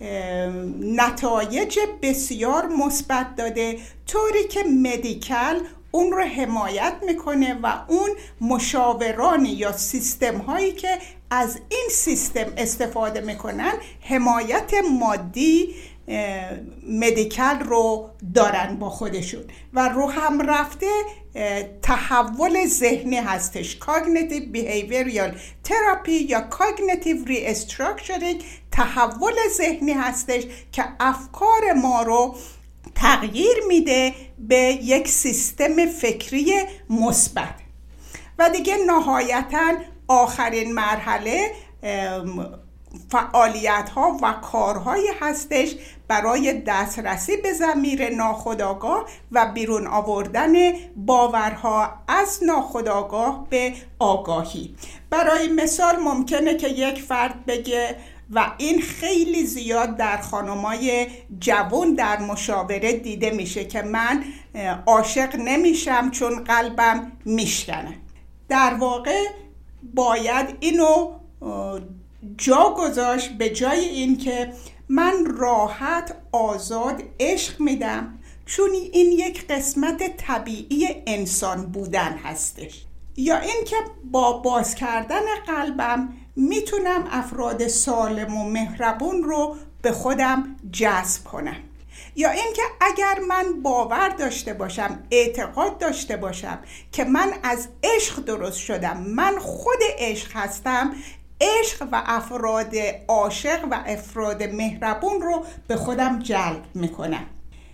نتایج بسیار مثبت داده، طوری که مدیکال اون رو حمایت میکنه و اون مشاورانی یا سیستم هایی که از این سیستم استفاده میکنن حمایت مادی مدیکال رو دارن با خودشون و رو هم رفته تحول ذهنی هستش. Cognitive Behavioral Therapy یا Cognitive Restructuring تحول ذهنی هستش که افکار ما رو تغییر میده به یک سیستم فکری مثبت. و دیگه نهایتاً آخرین مرحله فعالیت ها و کارهایی هستش برای دسترسی به ضمیر ناخودآگاه و بیرون آوردن باورها از ناخودآگاه به آگاهی. برای مثال ممکنه که یک فرد بگه، و این خیلی زیاد در خانمای جوان در مشاوره دیده میشه، که من عاشق نمیشم چون قلبم میشکنه. در واقع باید اینو جا گذاشت به جای این که من راحت آزاد عشق میدم چون این یک قسمت طبیعی انسان بودن هستش، یا این که با باز کردن قلبم میتونم افراد سالم و مهربون رو به خودم جذب کنم، یا این که اگر من باور داشته باشم، اعتقاد داشته باشم که من از عشق درست شدم، من خود عشق هستم، عشق و افراد عاشق و افراد مهربون رو به خودم جلب میکنم.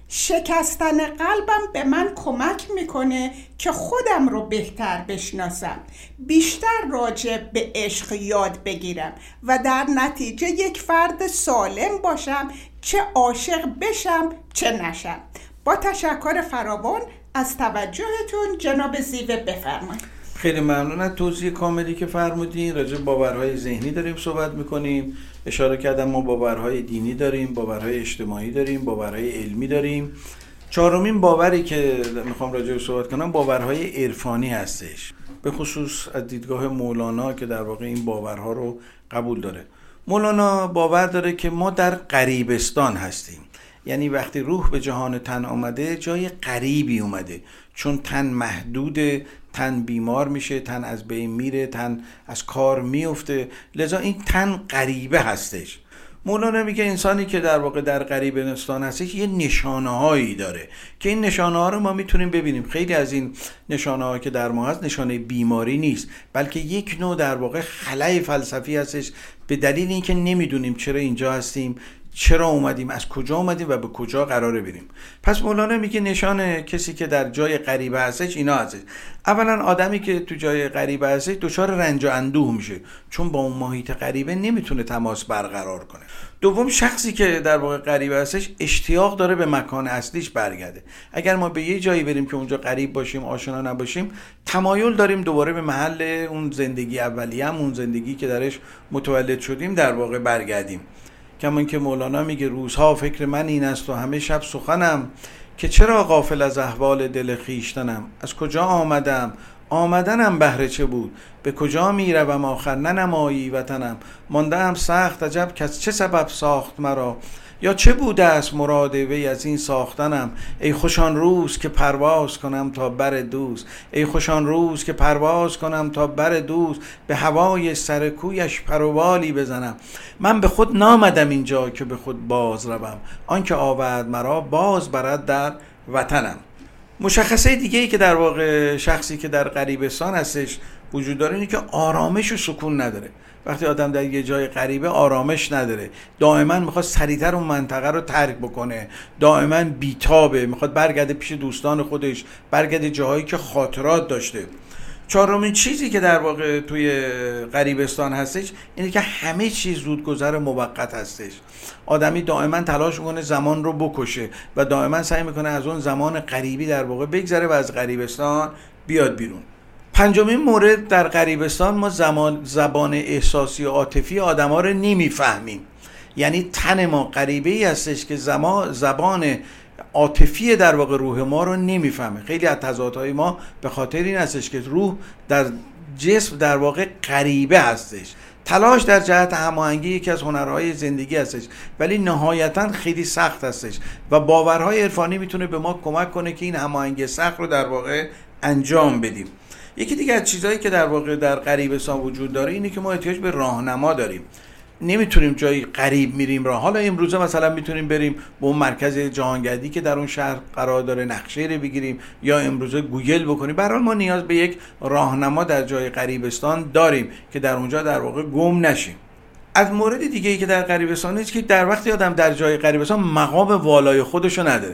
شکستن قلبم به من کمک میکنه که خودم رو بهتر بشناسم، بیشتر راجع به عشق یاد بگیرم و در نتیجه یک فرد سالم باشم، چه عاشق بشم چه نشم. با تشکر فراوان از توجهتون جناب زیوه، بفرمایید. خیلی ممنون از توضیح کاملی که فرمودین. راجع به باورهای ذهنی داریم صحبت میکنیم. اشاره کردم ما باورهای دینی داریم، باورهای اجتماعی داریم، باورهای علمی داریم. چهارمین باوری که میخوام راجع به صحبت کنم باورهای عرفانی هستش، به خصوص از دیدگاه مولانا که در واقع این باورها رو قبول داره. مولانا باور داره که ما در غریبستان هستیم، یعنی وقتی روح به جهان تن آمده جای غریبی اومده، چون تن محدوده، تن بیمار میشه، تن از بین میره، تن از کار میفته، لذا این تن غریبه هستش. مولانا میگه انسانی که در واقع در غریبستان هستش یه نشانه هایی داره که این نشانه ها رو ما میتونیم ببینیم. خیلی از این نشانه ها که در ما هست نشانه بیماری نیست، بلکه یک نوع در واقع خلأ فلسفی هستش، به دلیل اینکه نمیدونیم چرا اینجا هستیم، چرا اومدیم، از کجا اومدیم و به کجا قراره بریم. پس مولانا میگه نشان کسی که در جای غریبه هستش اینا هستش. اولا آدمی که تو جای غریبه هستش دچار رنج و اندوه میشه، چون با اون محیط غریبه نمیتونه تماس برقرار کنه. دوم، شخصی که در واقع غریبه هستش اشتیاق داره به مکان اصلیش برگرده. اگر ما به یه جایی بریم که اونجا غریب باشیم، آشنا نباشیم، تمایل داریم دوباره به محل اون زندگی اولیه‌ام، اون زندگی که درش متولد شدیم در واقع برگردیم. کمان که مولانا میگه روزها فکر من این است و همه شب سخنم، که چرا غافل از احوال دل خویشتنم. از کجا آمدم، آمدنم بهر چه بود، به کجا میروم آخر ننمایی وطنم. ماندم سخت عجب که از چه سبب ساخت مرا، یا چه بوده است مراد وی از این ساختنم. ای خوشان روز که پرواز کنم تا بر دوست، ای خوشان روز که پرواز کنم تا بر دوست، به هوای سر کویش پروبالی بزنم. من به خود نامدم اینجا که به خود باز روم، آن که آورد مرا باز برد در وطنم. مشخصه دیگه ای که در واقع شخصی که در غریبستان هستش وجود داره اینه که آرامش و سکون نداره. وقتی آدم در یه جای غریبه آرامش نداره، دائما میخواد سریعتر اون منطقه رو ترک بکنه، دائما بیتابه، میخواد برگرده پیش دوستان خودش، برگرده جاهایی که خاطرات داشته. چهارمین چیزی که در واقع توی غریبستان هستش اینه که همه چیز زودگذر موقت هستش. آدمی دائما تلاش میکنه زمان رو بکشه و دائما سعی میکنه از اون زمان غریبی در واقع بگذره و از غریبستان بیاد بیرون. پنجمین مورد، در غریبستان ما زمان زبان احساسی و عاطفی آدما رو نمیفهمیم. یعنی تن ما غریبه‌ای هستش که زمان زبان عاطفی در واقع روح ما رو نمیفهمه. خیلی از تضادهای ما به خاطر این هستش که روح در جسم در واقع غریبه هستش. تلاش در جهت هماهنگی یکی از هنرهای زندگی هستش، ولی نهایتاً خیلی سخت هستش و باورهای عرفانی میتونه به ما کمک کنه که این هماهنگی سخت رو در واقع انجام بدیم. یکی دیگه از چیزهایی که در واقع در غریبستان وجود داره اینه که ما احتیاج به راهنما داریم. نمیتونیم جای غریب میریم راه. حالا امروزه مثلا میتونیم بریم به اون مرکز جهانگردی که در اون شهر قرار داره نقشه رو بگیریم، یا امروزه گوگل بکنیم. به هر حال ما نیاز به یک راهنما در جای غریبستان داریم که در اونجا در واقع گم نشیم. از مورد دیگه ای که در غریبستان است که در وقتی آدم در جای غریبستان مقام والای خودشو نداره.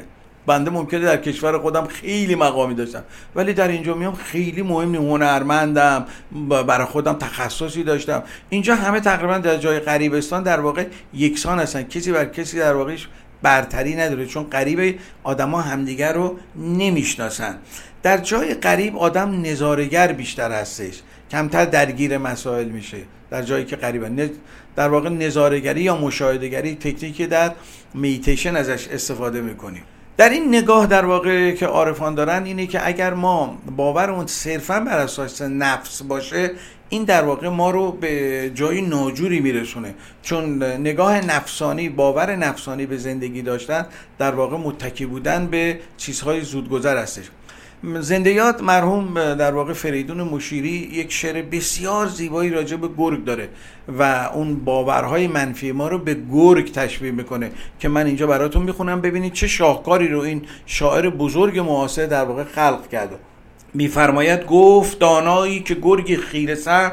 بنده ممکنه در کشور خودم خیلی مقامی داشتم ولی در اینجا میام خیلی مهم نی، هنرمندم، برای خودم تخصصی داشتم. اینجا همه تقریبا در جای غریبستان در واقع یکسان هستن، کسی بر کسی در واقعش برتری نداره، چون غریب آدما همدیگر رو نمیشناسن. در جای غریب آدم نظاره‌گر بیشتر هستش، کمتر درگیر مسائل میشه. در جایی که غریبه در واقع نظاره‌گری یا مشاهده‌گری تکنیکی در میتیشن ازش استفاده میکنیم. در این نگاه در واقع که عارفان دارن اینه که اگر ما باورمون صرفا بر اساس نفس باشه، این در واقع ما رو به جای ناجوری میرسونه، چون نگاه نفسانی، باور نفسانی به زندگی داشتن در واقع متکی بودن به چیزهای زودگذر هستش. زنده یاد مرحوم در واقع فریدون مشیری یک شعر بسیار زیبایی راجع به گرگ داره و اون باورهای منفی ما رو به گرگ تشبیه میکنه که من اینجا براتون میخونم، ببینید چه شاهکاری رو این شاعر بزرگ معاصر در واقع خلق کرده. میفرماید گفت دانایی که گرگ خیره سر،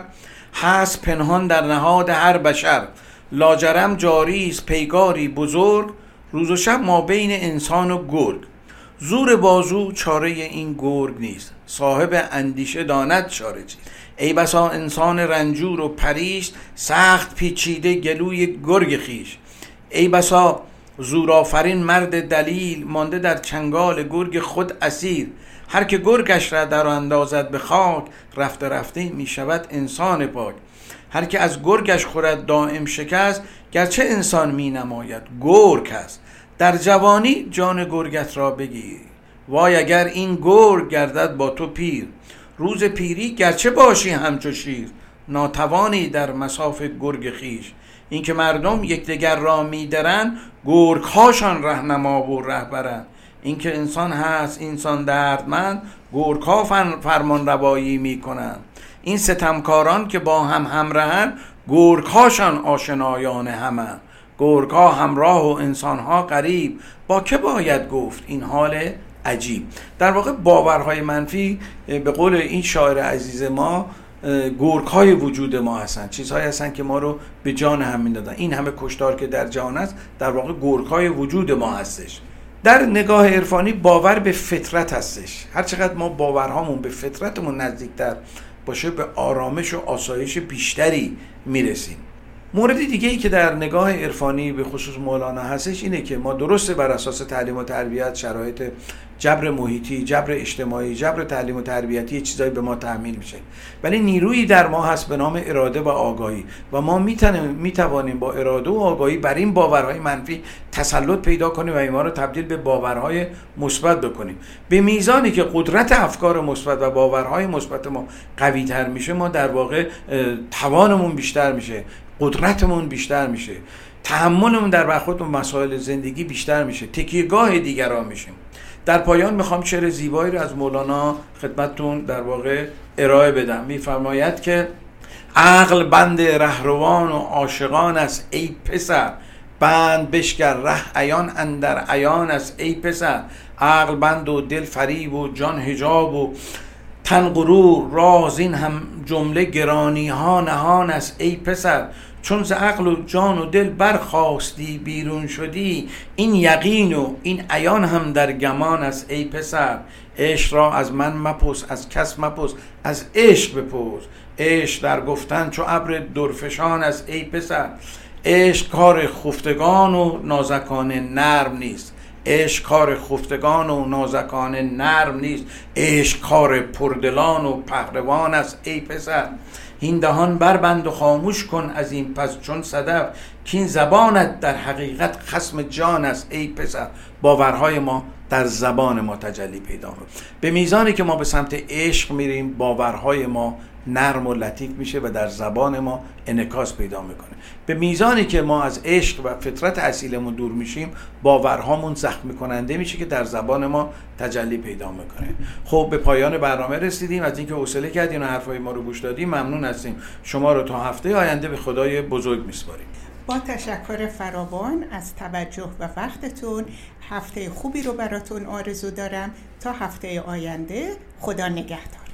هست پنهان در نهاد هر بشر. لاجرم جاری است پیگاری بزرگ، روز و شب ما بین انسان و گرگ. زور بازو چاره این گرگ نیست، صاحب اندیشه داند چاره چیست. ای بسا انسان رنجور و پریش، سخت پیچیده گلوی گرگ خیش. ای بسا زورآفرین مرد دلیل، مانده در چنگال گرگ خود اسیر. هر که گرگش را در اندازد به خاک، رفته رفته می شود انسان پاک. هر که از گرگش خورد دائم شکست، گرچه انسان می نماید گرگ است. در جوانی جان گرگت را بگیر، وای اگر این گرگ گردد با تو پیر. روز پیری گرچه باشی همچو شیر، ناتوانی در مصاف گرگ خیش. این که مردم یکدیگر را میدرن، گرگ هاشان رهنما و رهبرن. این که انسان هست انسان دردمند، گرگ ها فرمان روایی میکنن. این ستمکاران که با هم همراهن، گرگ هاشان آشنایان همن. گرگ ها همراه و انسان ها غریب، با که باید گفت این حال عجیب. در واقع باورهای منفی به قول این شاعر عزیز ما گرگ های وجود ما هستن، چیزهایی هستن که ما رو به جان هم میدادن. این همه کشتار که در جهان است در واقع گرگ های وجود ما هستش. در نگاه عرفانی باور به فطرت هستش. هر چقدر ما باورهامون به فطرتمون نزدیکتر باشه، به آرامش و آسایش بیشتری میرسیم. مورد دیگه ای که در نگاه عرفانی به خصوص مولانا هستش اینه که ما درسته بر اساس تعلیم و تربیت، شرایط جبر محیطی، جبر اجتماعی، جبر تعلیم و تربیتی چیزایی به ما تأمین میشه، ولی نیرویی در ما هست به نام اراده و آگاهی و ما میتوانیم با اراده و آگاهی بر این باورهای منفی تسلط پیدا کنیم و اینا رو تبدیل به باورهای مثبت بکنیم. به میزانی که قدرت افکار مثبت و باورهای مثبت ما قوی تر میشه، ما در واقع توانمون بیشتر میشه، قدرتمون بیشتر میشه، تحملمون در برخورد با مسائل زندگی بیشتر میشه، تکیهگاه دیگران میشیم. در پایان میخوام شعر زیبایی رو از مولانا خدمتتون در واقع ارائه بدم. میفرماید که عقل بند رهروان و عاشقان است ای پسر، بند بشکر ره عیان اندر عیان است ای پسر. عقل بند و دل فریب و جان حجاب و تن غرور، راز این هم جمله گرانی ها نهان است ای پسر. چون ز عقل و جان و دل برخاستی بیرون شدی، این یقین و این عیان هم در گمان است ای پسر. عشق را از من مپرس، از کس مپرس، از عشق بپرس. عشق در گفتن چو ابر درفشان است ای پسر. عشق کار خفتگان و نازکان نرم نیست. عشق کار خفتگان و نازکان نرم نیست. عشق کار پردلان و پهلوان است ای پسر. این دهان بربند و خاموش کن از این پس چون صدف، که این زبانت در حقیقت خصم جان است ای پسر. باورهای ما در زبان ما تجلی پیدا می‌کنه. به میزانی که ما به سمت عشق میریم، باورهای ما نرم و لطیف میشه و در زبان ما انعکاس پیدا میکنه. به میزانی که ما از عشق و فطرت اصیلمون دور میشیم، باورهامون زخمی کننده میشه که در زبان ما تجلی پیدا میکنه. خب به پایان برنامه رسیدیم. از اینکه حوصله کردین و حرفای ما رو گوش دادیم ممنون هستیم. شما رو تا هفته آینده به خدای بزرگ میسپاریم. با تشکر فراوان از توجه و وقتتون، هفته خوبی رو براتون آرزو دارم. تا هفته آینده، خدا نگهدار.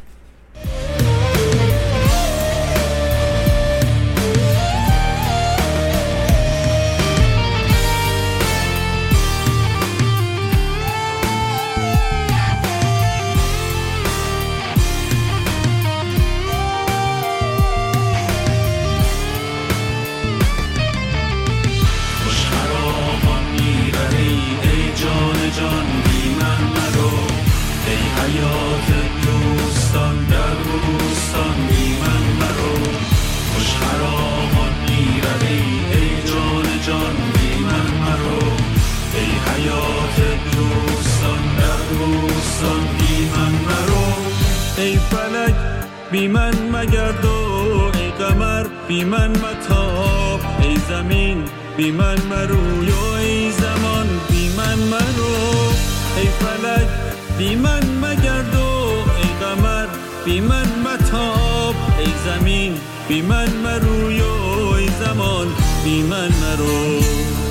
بی من مگرد و ای قمر بی من متاب، ای زمین بی من مروی و ای زمان بی من مرو، ای فلک بی من مگرد و ای قمر بی من متاب، ای زمین بی من مروی و ای زمان بی من مرو.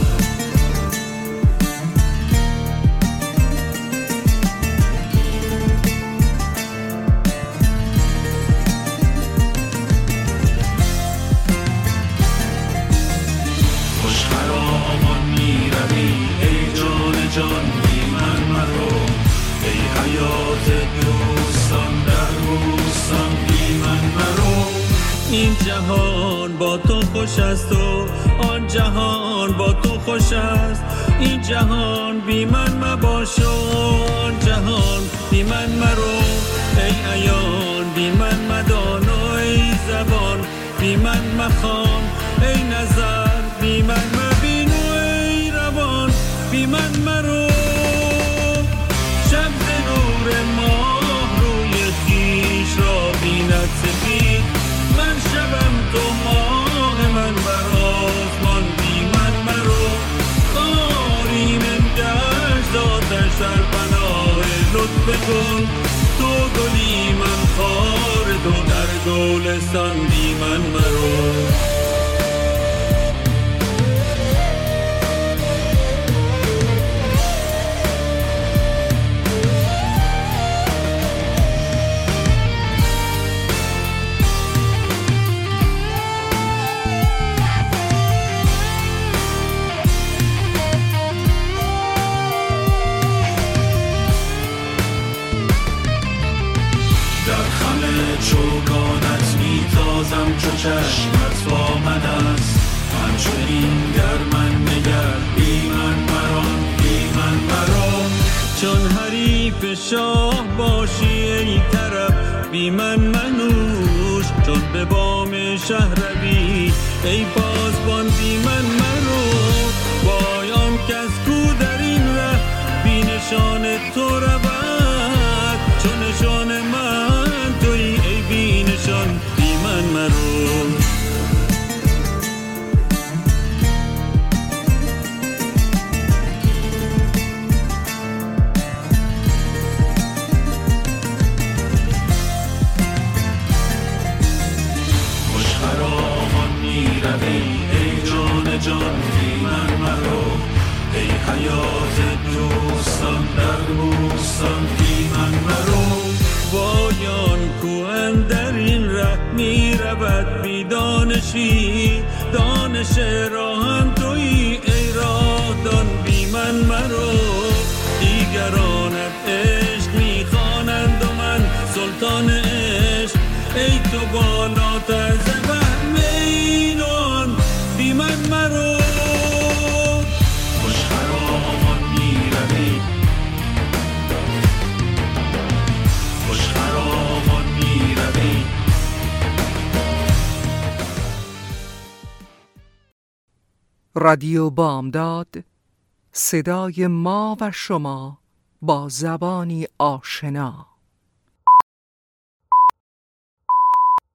جان بی من مرو، ای حیات دوستان در بوستان بی من مرو. این جهان با تو خوش است و آن جهان با تو خوش است، این جهان بی من مباش و آن جهان بی من مرو، ای عیان بی من مدان و ای زبان بی من مخوان، ای نظر بی من مبین و ای روان بی من مرو. شب نور ماه روی خیش را بیند سفید، من شبم تو ماه من بر آسمان بی من مرو. خاری من گشت آتش در پناه لطف کن، تو گلی من خار تو در گلستان بی من مرو. چوگانت میتازم چو چشمت با من است، همچنین گر من نگر بی من مران بی من مران. چون حریف شاه باشی ای طرب بی من منوش، چون به بام شهر روی ای پاسبان بی من مرو. وای آن کس کو در این ره بی نشان تو رود، چون نشان من توی ای بی نشان بی من مرو. خوش خرامان می روی ای جان جان بی من مرو، ای حیات دوستان در بوستان بی من مرو. وایان کو اندر این ره می رود بی دانشی، دانش راهن تویی ای راه دان بی من مرو. دیگرانت عشق می خوانند و من سلطان عشق، ای تو بالاتر ز وهم این و آن بی من مرو. خوش خرامان می روی خوش خرامان می روی. رادیو بامداد، صدای ما و شما با زبانی آشنا.